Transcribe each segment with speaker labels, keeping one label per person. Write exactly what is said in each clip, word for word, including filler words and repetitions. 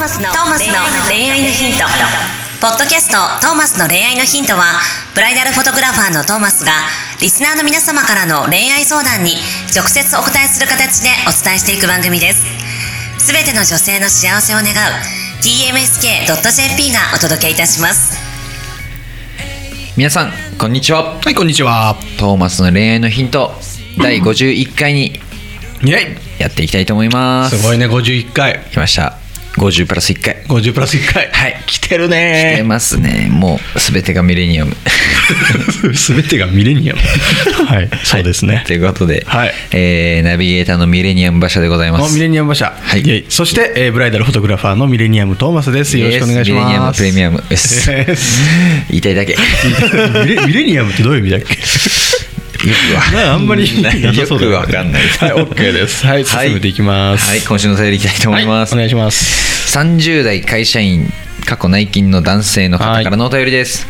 Speaker 1: マスの恋愛のヒント。ポッドキャストトーマスの恋愛のヒントは、ブライダルフォトグラファーのトーマスがリスナーの皆様からの恋愛相談に直接お答えする形でお伝えしていく番組です。すべての女性の幸せを願う ティーエムエスケードットジェーピー がお届けいたします。
Speaker 2: 皆さんこんにちは。
Speaker 3: はい、こんにちは。
Speaker 2: トーマスの恋愛のヒントだいごじゅういっかいにやっていきたいと思います。
Speaker 3: すごいね、ごじゅういっかい
Speaker 2: 来ました。ごじゅうプラスいっかい、
Speaker 3: ごじゅうプラスいっかい、
Speaker 2: はい、
Speaker 3: 来てるね。
Speaker 2: 来てますね。もうすべてがミレニアム
Speaker 3: すべてがミレニアムはい、そうですね、
Speaker 2: はい、ということで、
Speaker 3: はい、
Speaker 2: えー、ナビゲーターのミレニアム馬車でございます。
Speaker 3: ミレニアム馬車、
Speaker 2: はい、
Speaker 3: そして、えー、ブライダルフォトグラファーのミレニアムトーマスです。よろしくお願いします。ミレニアム
Speaker 2: プレミアムです。言いたいだけ
Speaker 3: ミレミレニアムってどういう意味だっけ
Speaker 2: よくは
Speaker 3: あんまりなさそうだ、ね、
Speaker 2: よくわかんないです。
Speaker 3: はい、OK です。はい、進めていきます。
Speaker 2: はい、はい、今週のお便りいきたいと思います。
Speaker 3: はい、お願いします。
Speaker 2: さんじゅうだい会社員、過去内勤の男性の方からのお便りです。はい、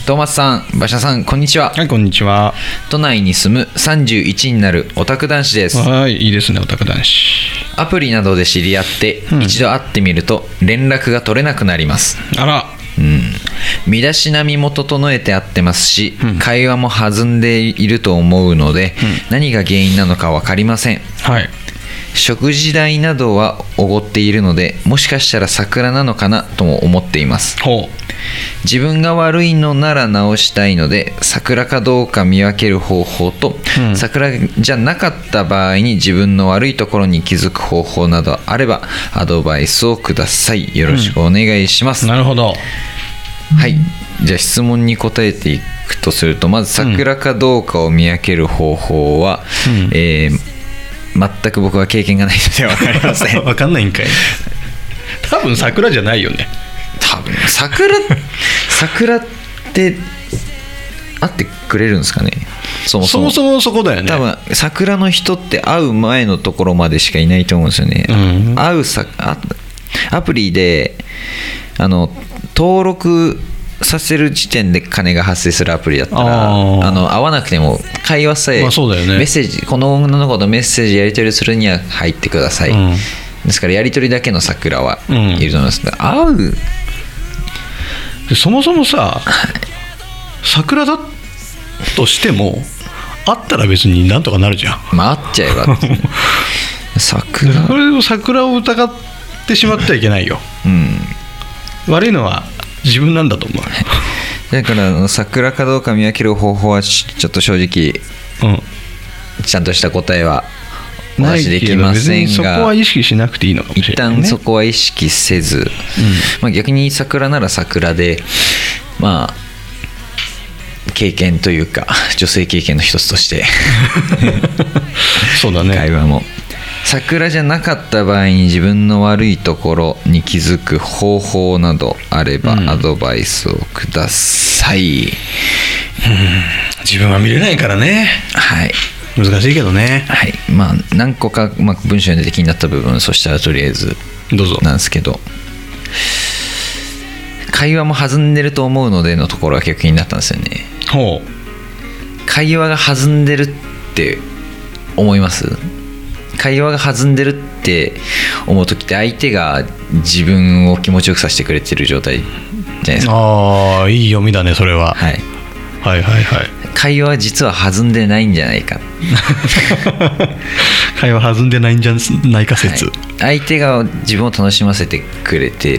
Speaker 2: トーマスさん、馬車さん、こんにちは。
Speaker 3: はい、こんにちは。
Speaker 2: 都内に住むさんじゅういちになるオタク男子です。
Speaker 3: はい、いいですね、オタク男子。
Speaker 2: アプリなどで知り合って、うん、一度会ってみると連絡が取れなくなります。
Speaker 3: あら、
Speaker 2: うん、身だしなみも整えてあってますし、うん、会話も弾んでいると思うので、うん、何が原因なのか分かりません。
Speaker 3: はい、
Speaker 2: 食事代などはおごっているので、もしかしたら桜なのかなとも思っています。
Speaker 3: ほう。
Speaker 2: 自分が悪いのなら直したいので、桜かどうか見分ける方法と、うん、桜じゃなかった場合に自分の悪いところに気づく方法などあればアドバイスをください。よろしくお願いします。
Speaker 3: うん、なるほど。
Speaker 2: はい、じゃあ質問に答えていくとすると、まず桜かどうかを見分ける方法は、うん、えー、全く僕は経験がないので分かりません。
Speaker 3: 分かんないんかい。多分桜じゃないよね。
Speaker 2: 多分桜桜って会ってくれるんですかね。そもそも
Speaker 3: そもそもそこだよね。
Speaker 2: 多分桜の人って会う前のところまでしかいないと思うんですよね。うん、会うさあアプリであの登録させる時点で金が発生するアプリだったら、ああの会わなくても会話さえ、
Speaker 3: まあそうだよね、
Speaker 2: メッセージ、この女の子とメッセージやり取りするには入ってください、うん、ですからやり取りだけの桜はいると思います。うん、会う
Speaker 3: そもそもさ、桜だとしても会ったら別になんとかなるじゃん。
Speaker 2: まあ会っちゃえば桜、
Speaker 3: これを桜を疑ってしまってはいけないよ。うん、悪いのは自分なんだと思う。
Speaker 2: だから桜かどうか見分ける方法はちょっと正直、うん、ちゃんとした答えはお出しできませんが、
Speaker 3: そこは意識しなくていいのかもしれないね。
Speaker 2: 一旦そこは意識せず、うん、まあ、逆に桜なら桜で、まあ経験というか女性経験の一つとして
Speaker 3: そうだね、
Speaker 2: 会話も桜じゃなかった場合に自分の悪いところに気づく方法などあればアドバイスをください。うん、
Speaker 3: 自分は見れないからね。
Speaker 2: はい、
Speaker 3: 難しいけどね。
Speaker 2: はい、まあ何個か、まあ、文章に出て気になった部分、そしたらとりあえず
Speaker 3: どうぞ
Speaker 2: なんですけど、会話も弾んでると思うのでのところが結構気になったんですよね。
Speaker 3: ほう。
Speaker 2: 会話が弾んでるって思います？会話が弾んでるって思うときって相手が自分を気持ちよくさせてくれてる状態じゃないですか。
Speaker 3: ああ、いい読みだねそれは。はい、はいはいはい。
Speaker 2: 会話は実は弾んでないんじゃないか
Speaker 3: 会話弾んでないんじゃないか説、
Speaker 2: はい、相手が自分を楽しませてくれて、うん、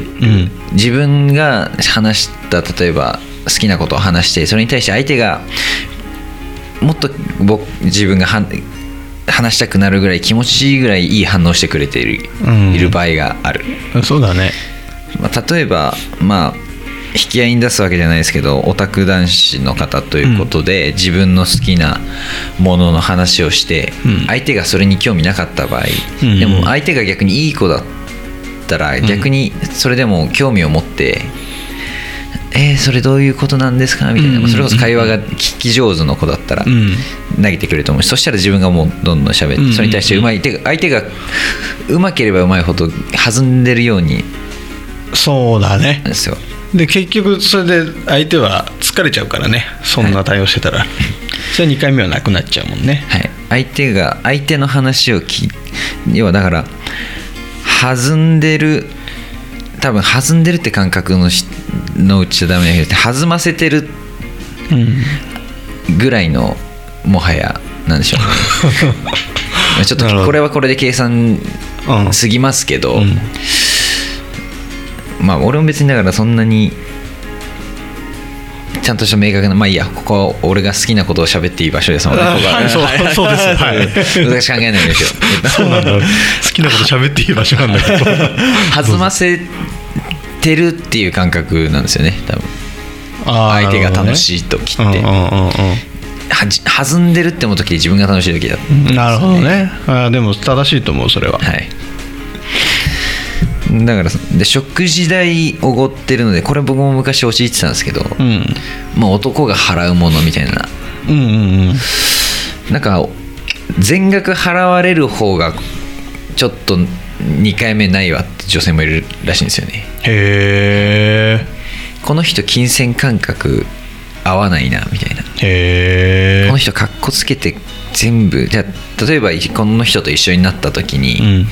Speaker 2: 自分が話した例えば好きなことを話して、それに対して相手がもっと僕自分が話したくなるぐらい気持ちいいぐらいいい反応してくれている、うん、いる場合がある。
Speaker 3: そうだね。
Speaker 2: まあ、例えばまあ引き合いに出すわけじゃないですけど、オタク男子の方ということで、うん、自分の好きなものの話をして、うん、相手がそれに興味なかった場合、うん、でも相手が逆にいい子だったら、逆にそれでも興味を持って、うん、えー、それどういうことなんですかみたいな、うん、それこそ会話が聞き上手の子だったら、うん、投げてくれると思うし、そしたら自分がもうどんどん喋って、うん、それに対してうまい相手がうまければうまいほど弾んでるように。
Speaker 3: そうだね。
Speaker 2: ですよ。
Speaker 3: で結局それで相手は疲れちゃうからね、そんな対応してたら、はい、それにかいめはなくなっちゃうもんね。
Speaker 2: はい、相手が相手の話を聞要はだから弾んでる多分弾んでるって感覚のしのうちゃダメだけど弾ませてるぐらいのもはやなんでしょうねちょっとこれはこれで計算すぎますけど、うん、まあ俺も別にだからそんなにちゃんとした明確なまあいいやここは俺が好きなことを喋っていい場所ですもんね。
Speaker 3: はい、そうそうです、はい、
Speaker 2: 難しく考えないですよ
Speaker 3: そうなんだ好きなこと喋っていい場所なんだけど
Speaker 2: 弾ませてるっていう感覚なんですよね多分。相手が楽しい時って、うんうんうんうん、は弾んでるって思う時で自分が楽しい時だった、ね、
Speaker 3: なるほどね。あでも正しいと思うそれは。
Speaker 2: はいだからで食事代おごってるのでこれ僕も昔陥ってたんですけど、うんまあ、男が払うものみたいな、うんうんうん、なんか全額払われる方がちょっとにかいめないわって女性もいるらしいんですよね。
Speaker 3: へー
Speaker 2: この人金銭感覚合わないなみたいな。
Speaker 3: へー
Speaker 2: この人かっこつけて全部じゃあ例えばこの人と一緒になった時に、うん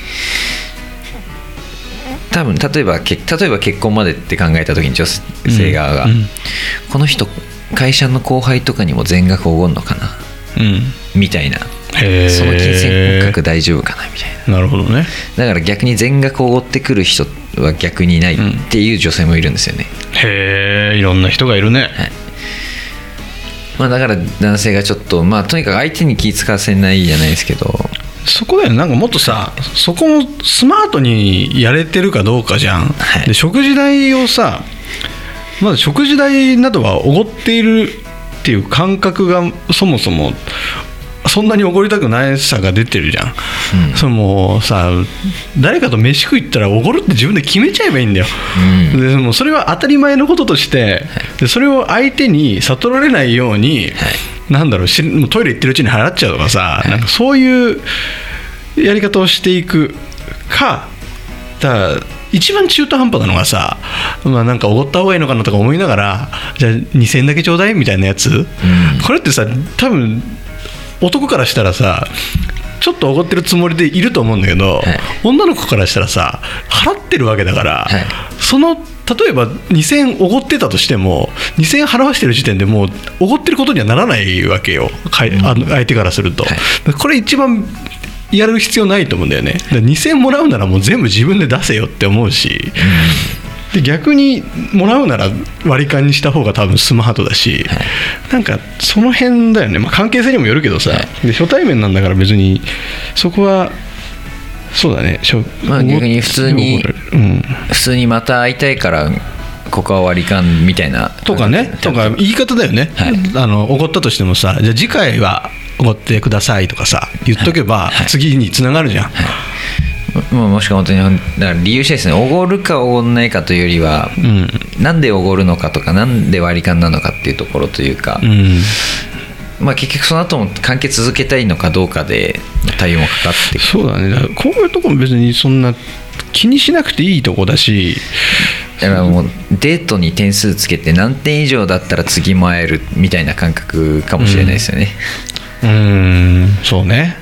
Speaker 2: 多分例えば例えば結婚までって考えた時に女性側が、うんうん、この人会社の後輩とかにも全額おごるのかな、うん、みたいなその金銭感覚大丈夫かなみたいな。
Speaker 3: なるほどね。
Speaker 2: だから逆に全額おごってくる人は逆にないっていう女性もいるんですよね、
Speaker 3: うん、へえいろんな人がいるね、はい
Speaker 2: まあ、だから男性がちょっとまあとにかく相手に気使わせないじゃないですけど
Speaker 3: そこだよね。なんかもっとさそこもスマートにやれてるかどうかじゃん、はい、で食事代をさまず食事代などはおごっているっていう感覚がそもそもそんなにおごりたくないさが出てるじゃん、うん、それもうさ誰かと飯食いったらおごるって自分で決めちゃえばいいんだよ、うん、でもそれは当たり前のこととして、はい、でそれを相手に悟られないように、はいなんだろうしもうトイレ行ってるうちに払っちゃうとかさ、はい、なんかそういうやり方をしていくかだ一番中途半端なのがさ、まあ、なんかおごった方がいいのかなとか思いながらじゃあにせんえんだけちょうだいみたいなやつ、うん、これってさ多分男からしたらさちょっとおごってるつもりでいると思うんだけど、はい、女の子からしたらさ払ってるわけだから、はい、その例えばにせんえんおごってたとしてもにせんえん払わしてる時点でもうおごってることにはならないわけよ、あの相手からすると、はい、これ一番やる必要ないと思うんだよね。にせんえんもらうならもう全部自分で出せよって思うし、うん、で逆にもらうなら割り勘にした方が多分スマートだし、はい、なんかその辺だよね、まあ、関係性にもよるけどさ、はい、で初対面なんだから別にそこはそうだね、
Speaker 2: まあ、逆に普通に、うん、普通にまた会いたいからここは割り勘みたいな
Speaker 3: とかねとか言い方だよね、はい、あのおごったとしてもさじゃあ次回はおごってくださいとかさ言っとけば次につながるじゃん、はい
Speaker 2: はい、も, もしくは本当にだから理由してですねおごるかおごんないかというよりは、うん、なんでおごるのかとかなんで割り勘なのかっていうところというか、うんまあ、結局その後も関係続けたいのかどうかで対応もかかってくる。
Speaker 3: そうだね。だからこういうとこも別にそんな気にしなくていいとこだし、
Speaker 2: だからもうデートに点数つけて何点以上だったら次も会えるみたいな感覚かもしれないですよね。
Speaker 3: うん、うーんそうね。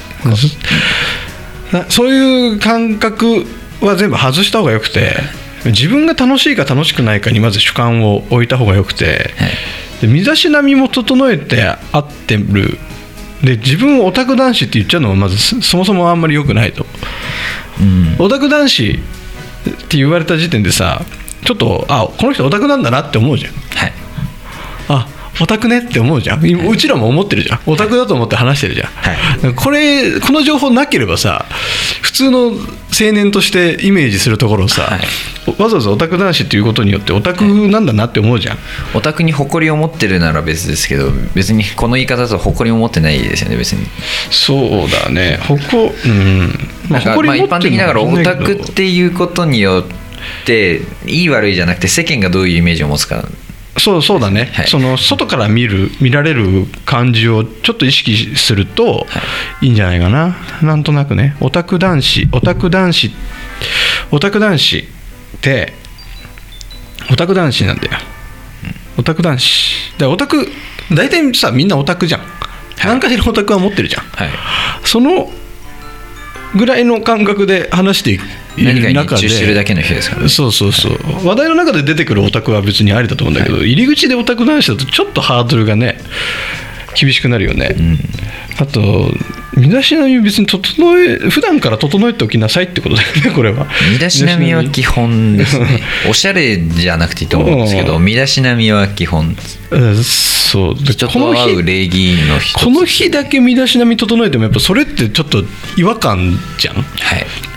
Speaker 3: そういう感覚は全部外した方がよくて、自分が楽しいか楽しくないかにまず主観を置いた方がよくて、はいで身だしなみも整えて合ってるで自分をオタク男子って言っちゃうのもまずそもそもあんまり良くないと、うん、オタク男子って言われた時点でさちょっとあこの人オタクなんだなって思うじゃん、はい、あオタクねって思うじゃん、はい、うちらも思ってるじゃんオタクだと思って話してるじゃん、はい、これこの情報なければさ普通の青年としてイメージするところをさ、はい、わざわざオタク男子っていうことによってオタクなんだなって思うじゃん、
Speaker 2: オタクに誇りを持ってるなら別ですけど別にこの言い方だと誇りを持ってないですよね別に。
Speaker 3: そうだね誇、うん
Speaker 2: まあ、誇り持ってるのかもしれないけど、まあ、一般的にだからオタクっていうことによっていい悪いじゃなくて世間がどういうイメージを持つか。
Speaker 3: そうそうだね、はい、その外から見る見られる感じをちょっと意識するといいんじゃないかな、はい、なんとなくねオタク男子オタク男子オタク男子ってオタク男子なんだよ、うん、オタク男子でオタク大体さみんなオタクじゃん、はい、何かしらオタクは持ってるじゃん、はい、そのぐらいの感覚で話して
Speaker 2: 何かに熱中してるだけの人ですからね。
Speaker 3: そうそうそう、はい、話題の中で出てくるオタクは別にありだと思うんだけど、はい、入り口でオタク男子だとちょっとハードルがね厳しくなるよね、うん、あと身だしなみを別に整え普段から整えておきなさいってことだよね。これは
Speaker 2: 身だしなみは基本ですねおしゃれじゃなくていいと思うんですけど身だしなみは基本。
Speaker 3: そう
Speaker 2: 人と会う礼儀の一つ。
Speaker 3: この日だけ身だしなみ整えてもやっぱそれってちょっと違和感じゃん、はい、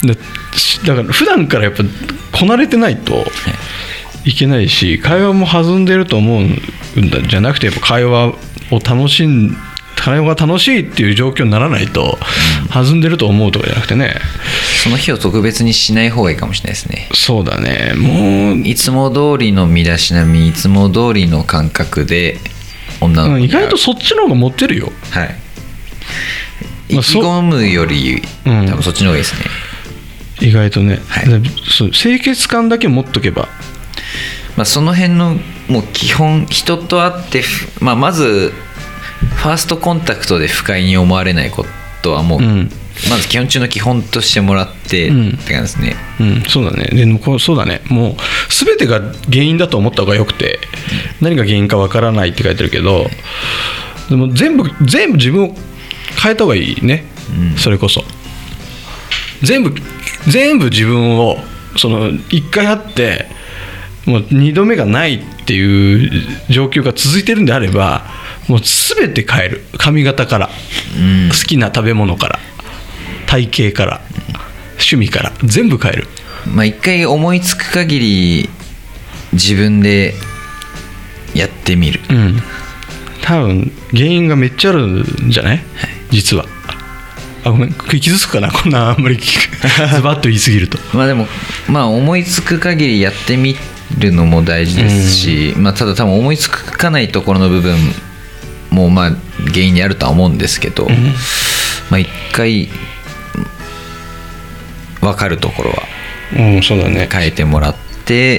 Speaker 3: だ, だから普段からやっぱこなれてないといけないし、会話も弾んでると思うんだじゃなくてやっぱ会話を楽しん会話が楽しいっていう状況にならないと、うん、弾んでると思うとかじゃなくてね、
Speaker 2: その日を特別にしない方がいいかもしれないですね。
Speaker 3: そうだね、もう
Speaker 2: いつも通りの身だしなみ、いつも通りの感覚で女の子に、
Speaker 3: 意外とそっちの方がモテるよ。
Speaker 2: はい、意気込むより、うん、多分そっちの方がいいですね、
Speaker 3: 意外とね、
Speaker 2: はい、
Speaker 3: そう清潔感だけ持っとけば、
Speaker 2: まあ、その辺のもう基本人と会って、まあ、まずファーストコンタクトで不快に思われないことはもう、うん、まず基本中の基本としてもらって、うん、って感じですね、
Speaker 3: うん、そうだね。でもこうそうだね、もう全てが原因だと思った方がよくて、うん、何が原因かわからないって書いてるけど、でも全部全部自分を変えた方がいいね、うん、それこそ全部全部自分をそのいっかい会ってもうにどめがないっていう状況が続いてるんであれば、もう全て変える。髪型から、うん、好きな食べ物から体型から、うん、趣味から全部変える。
Speaker 2: まあ一回思いつく限り自分でやってみる、
Speaker 3: うん、多分原因がめっちゃあるんじゃない、はい、実は。あ、ごめん、傷つくかな、こんなあんまりズバッと言い過ぎると
Speaker 2: まあでも、まあ、思いつく限りやってみるのも大事ですし、うん、まあ、ただ多分思いつかないところの部分もまあ原因にあるとは思うんですけど、うん、まあ一回分かるところは変えてもらって、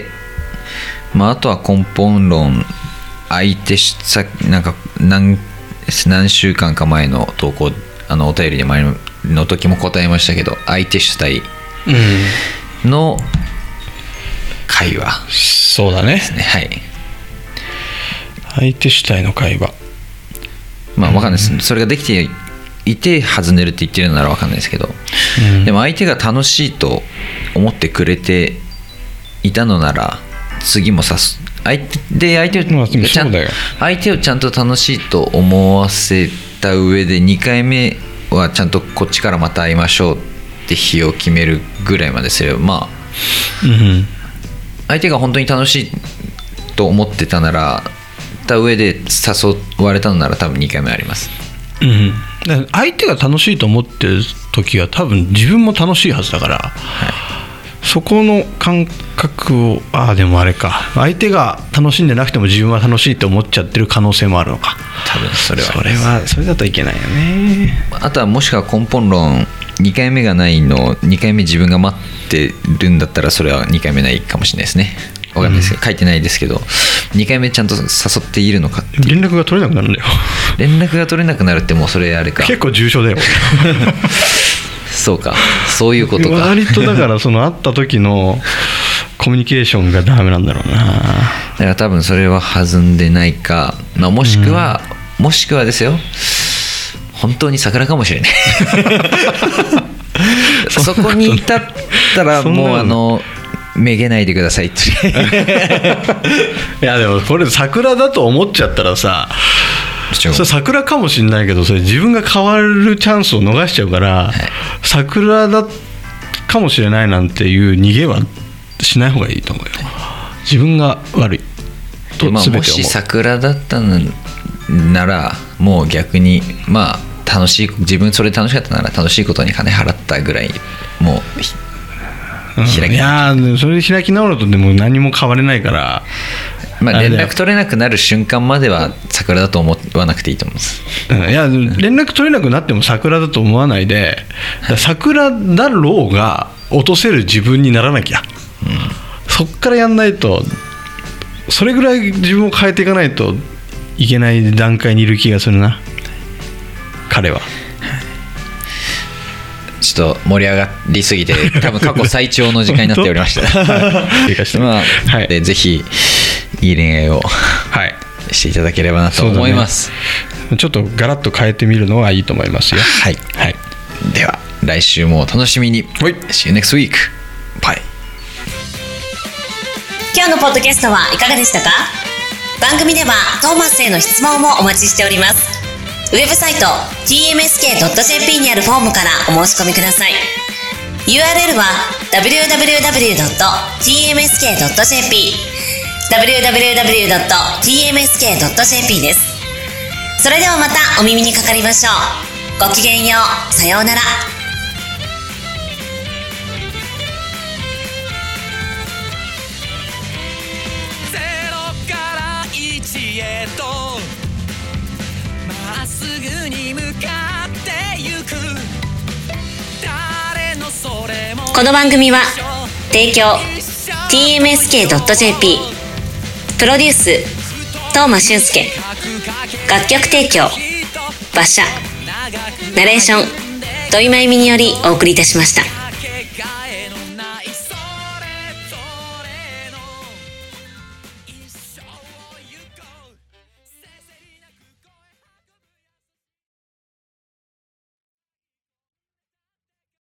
Speaker 2: まあ、あとは根本論、相手さなんか 何, 何週間か前の投稿、あのお便りで前の時も答えましたけど、相手主体の会話、
Speaker 3: うん、そうだね、
Speaker 2: はい、
Speaker 3: 相手主体の会話、
Speaker 2: まあ分かんないです、うん、それができていて弾んでるって言ってるなら分かんないですけど、うん、でも相手が楽しいと思ってくれていたのなら次もさす相手で相手を、まあ、ちゃん相手をちゃんと楽しいと思わせた上でにかいめはちゃんとこっちからまた会いましょうって日を決めるぐらいまですれば、まあ、うん、相手が本当に楽しいと思ってたならた上で誘われたのなら多分にかいめあります、
Speaker 3: うん、相手が楽しいと思ってる時は多分自分も楽しいはずだから、はい、そこの感覚を、ああでもあれか、相手が楽しんでなくても自分は楽しいと思っちゃってる可能性もあるのか。
Speaker 2: 多分それは
Speaker 3: それはそれだといけないよね。
Speaker 2: あとはもしくは根本論、にかいめがないのにかいめ自分が待ってるんだったらそれはにかいめないかもしれないですね。分かんないですけど、うん、書いてないですけどにかいめちゃんと誘っているのかっていう。
Speaker 3: 連絡が取れなくなるんだよ。
Speaker 2: 連絡が取れなくなるってもうそれあれか、
Speaker 3: 結構重症だよ
Speaker 2: そうか、そういうことか。
Speaker 3: 割とだからその会った時のコミュニケーションがダメなんだろうな。だ
Speaker 2: から多分それは弾んでないか、まあ、もしくは、うん、もしくはですよ、本当に桜かもしれないそこに至ったらもうあのめげないでくださいって
Speaker 3: いやでもこれ桜だと思っちゃったらさ、それ桜かもしれないけど、それ自分が変わるチャンスを逃しちゃうから、はい、桜だかもしれないなんていう逃げはしない方がいいと思うよ。自分が悪いと全て思う。
Speaker 2: まあ、もし桜だったならもう逆にまあ楽しい、自分それ楽しかったなら楽しいことに金払ったぐらいもう開き、うん、い
Speaker 3: やそれで開き直るとでも何も変われないから、
Speaker 2: まあ、連絡取れなくなる瞬間までは桜だと思わなくていいと思います、
Speaker 3: うん、いや連絡取れなくなっても桜だと思わないで、桜だろうが落とせる自分にならなきゃ、うん、そっからやんないと、それぐらい自分を変えていかないといけない段階にいる気がするな、彼は。
Speaker 2: ちょっちょっと盛り上がりすぎて多分過去最長の時間になっておりましたまあ、はい、でぜひいい恋愛を、はい、していただければなと思います、
Speaker 3: ね、ちょっとガラッと変えてみるのはいいと思いますよ。
Speaker 2: はい、はい、では来週もお楽しみに。はい、See you next week. Bye.
Speaker 1: 今日のポッドキャストはいかがでしたか？番組ではトーマスへの質問もお待ちしております。ウェブサイト ティーエムエスケードットジェーピー にあるフォームからお申し込みください。 ユーアールエル は ダブリューダブリューダブリュードットティーエムエスケードットジェーピー ダブリューダブリューダブリュードットティーエムエスケードットジェーピー です。それではまたお耳にかかりましょう。ごきげんよう。さようなら。
Speaker 4: まっすぐに向かってゆく。誰のそれも
Speaker 1: この番組は提供 ティーエムエスケードットジェーピー プロデュース東間俊介、楽曲提供馬車、ナレーション土井真由美によりお送りいたしました。